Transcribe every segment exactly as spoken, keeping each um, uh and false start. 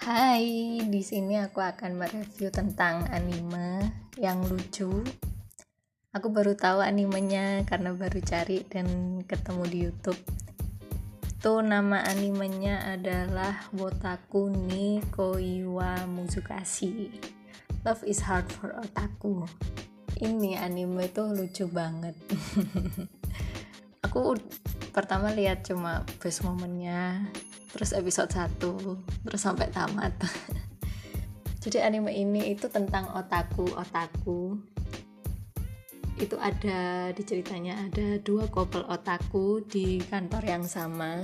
Hai, di sini aku akan mereview tentang anime yang lucu. Aku baru tahu animenya karena baru cari dan ketemu di YouTube. Itu nama animenya adalah Wotaku ni Koi wa Muzukashi. Love is hard for otaku. Ini anime itu lucu banget. Aku pertama lihat cuma best momennya, terus episode satu, terus sampai tamat. Jadi anime ini itu tentang otaku-otaku. Itu ada di ceritanya ada dua couple otaku di kantor yang sama.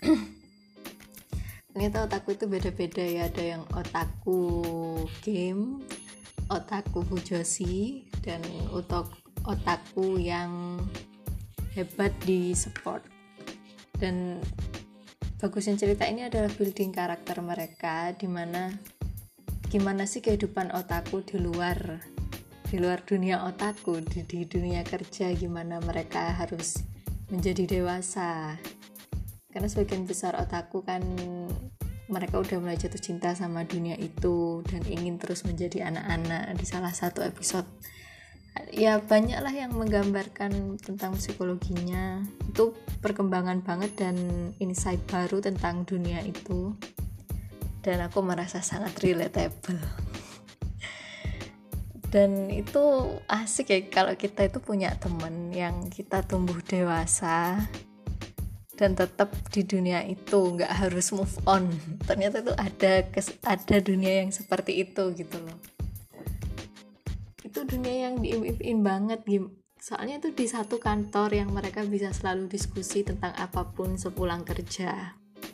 Ternyata otaku itu beda-beda ya, ada yang otaku game, otaku fujoshi, dan otaku yang hebat di sport. Dan bagusnya cerita ini adalah building karakter mereka, dimana gimana sih kehidupan otaku di luar di luar dunia otaku, di, di dunia kerja, gimana mereka harus menjadi dewasa. Karena sebagian besar otaku kan mereka udah mulai jatuh cinta sama dunia itu dan ingin terus menjadi anak-anak. Di salah satu episode ya banyaklah yang menggambarkan tentang psikologinya. Itu perkembangan banget dan insight baru tentang dunia itu, dan aku merasa sangat relatable. Dan itu asik ya kalau kita itu punya temen yang kita tumbuh dewasa dan tetap di dunia itu, nggak harus move on. Ternyata itu ada ada dunia yang seperti itu gitu loh. Itu dunia yang diimpiin banget, soalnya itu di satu kantor yang mereka bisa selalu diskusi tentang apapun sepulang kerja.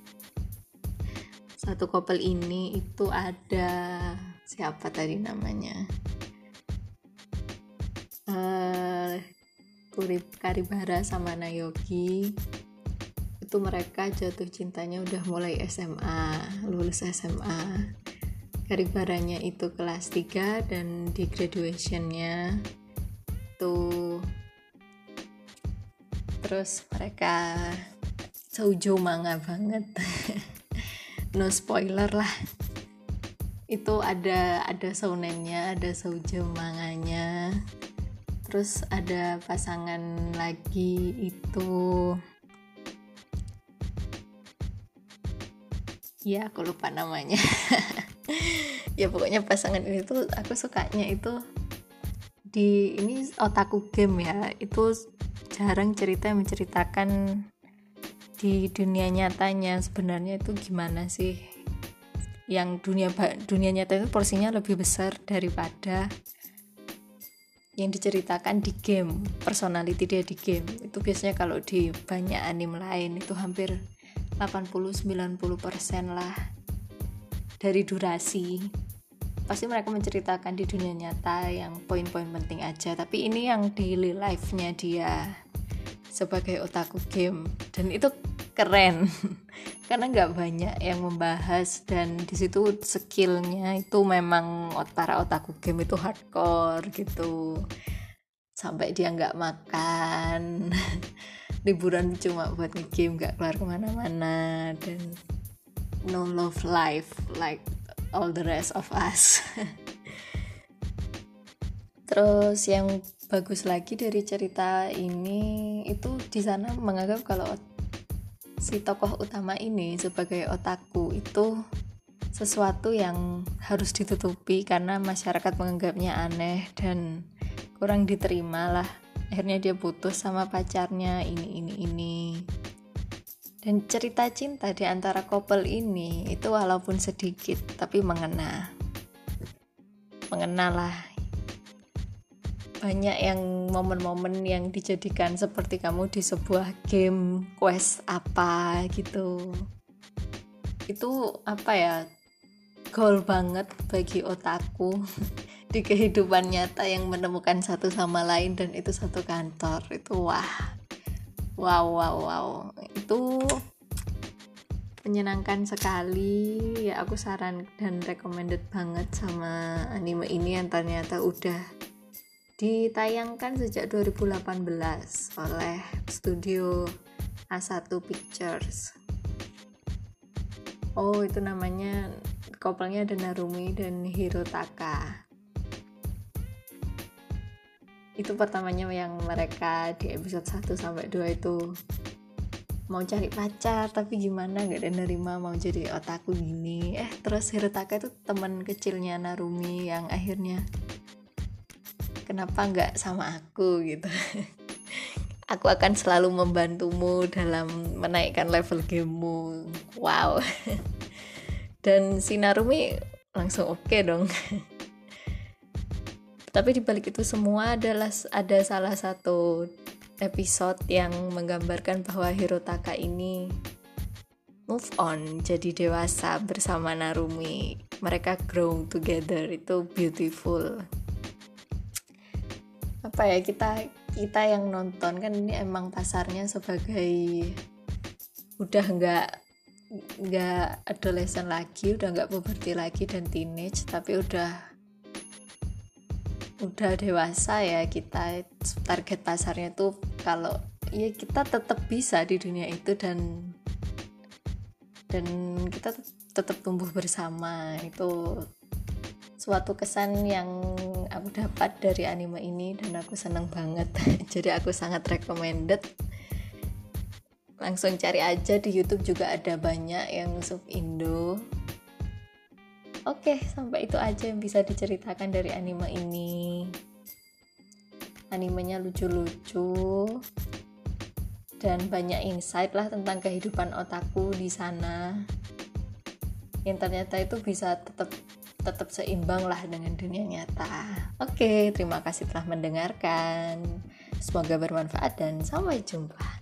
Satu couple ini itu ada siapa tadi namanya, uh, Karibara sama Nayoki. Itu mereka jatuh cintanya udah mulai S M A, lulus S M A. Karibaranya itu kelas tiga dan di graduationnya tuh terus mereka shoujo manga banget. No spoiler lah. Itu ada ada shounennya, ada shoujo manganya. Terus ada pasangan lagi itu, ya aku lupa namanya. Ya pokoknya pasangan ini tuh aku sukanya itu di ini otaku game ya, itu jarang cerita yang menceritakan di dunia nyatanya sebenarnya itu gimana sih. Yang dunia dunia nyata itu porsinya lebih besar daripada yang diceritakan di game, personality dia di game. Itu biasanya kalau di banyak anime lain itu hampir delapan puluh sampai sembilan puluh persen lah dari durasi. Pasti mereka menceritakan di dunia nyata yang poin-poin penting aja, tapi ini yang daily life-nya dia sebagai otaku game, dan itu keren. Karena nggak banyak yang membahas, dan di situ skillnya itu memang para otaku game itu hardcore gitu, sampai dia nggak makan, liburan cuma buat nge-game, nggak keluar kemana-mana, dan no love life like all the rest of us. Terus yang bagus lagi dari cerita ini itu di sana menganggap kalau si tokoh utama ini sebagai otaku itu sesuatu yang harus ditutupi karena masyarakat menganggapnya aneh dan kurang diterima lah. Akhirnya dia putus sama pacarnya ini ini ini. Dan cerita cinta di antara couple ini itu walaupun sedikit tapi mengena. Mengena lah. Banyak yang momen-momen yang dijadikan seperti kamu di sebuah game quest apa gitu. Itu apa ya, goal banget bagi otaku di kehidupan nyata yang menemukan satu sama lain, dan itu satu kantor. Itu wah wow wow wow itu menyenangkan sekali ya. Aku saran dan recommended banget sama anime ini yang ternyata udah ditayangkan sejak dua ribu delapan belas oleh studio A satu Pictures. Oh, itu namanya couple-nya ada Narumi dan Hirotaka. Itu pertamanya yang mereka di episode satu sampai dua itu mau cari pacar tapi gimana gak ada nerima mau jadi otaku gini. Eh terus Hirotaka itu teman kecilnya Narumi yang akhirnya kenapa gak sama aku gitu. Aku akan selalu membantumu dalam menaikkan level gamemu. Wow. Dan si Narumi langsung oke okay dong. Tapi dibalik itu semua adalah ada salah satu episode yang menggambarkan bahwa Hirotaka ini move on, jadi dewasa bersama Narumi. Mereka grow together, itu beautiful. Apa ya, kita kita yang nonton kan ini emang pasarnya sebagai udah nggak nggak adolescent lagi, udah nggak puberty lagi dan teenage, tapi udah udah dewasa ya. Kita target pasarnya tuh kalau ya kita tetap bisa di dunia itu dan dan kita tetap tumbuh bersama. Itu suatu kesan yang aku dapat dari anime ini dan aku seneng banget. Jadi aku sangat recommended. Langsung cari aja di YouTube juga ada banyak yang sub Indo. Oke, sampai itu aja yang bisa diceritakan dari anime ini. Animenya lucu-lucu dan banyak insight lah tentang kehidupan otaku di sana. Yang ternyata itu bisa tetap tetap seimbang lah dengan dunia nyata. Oke, terima kasih telah mendengarkan. Semoga bermanfaat dan sampai jumpa.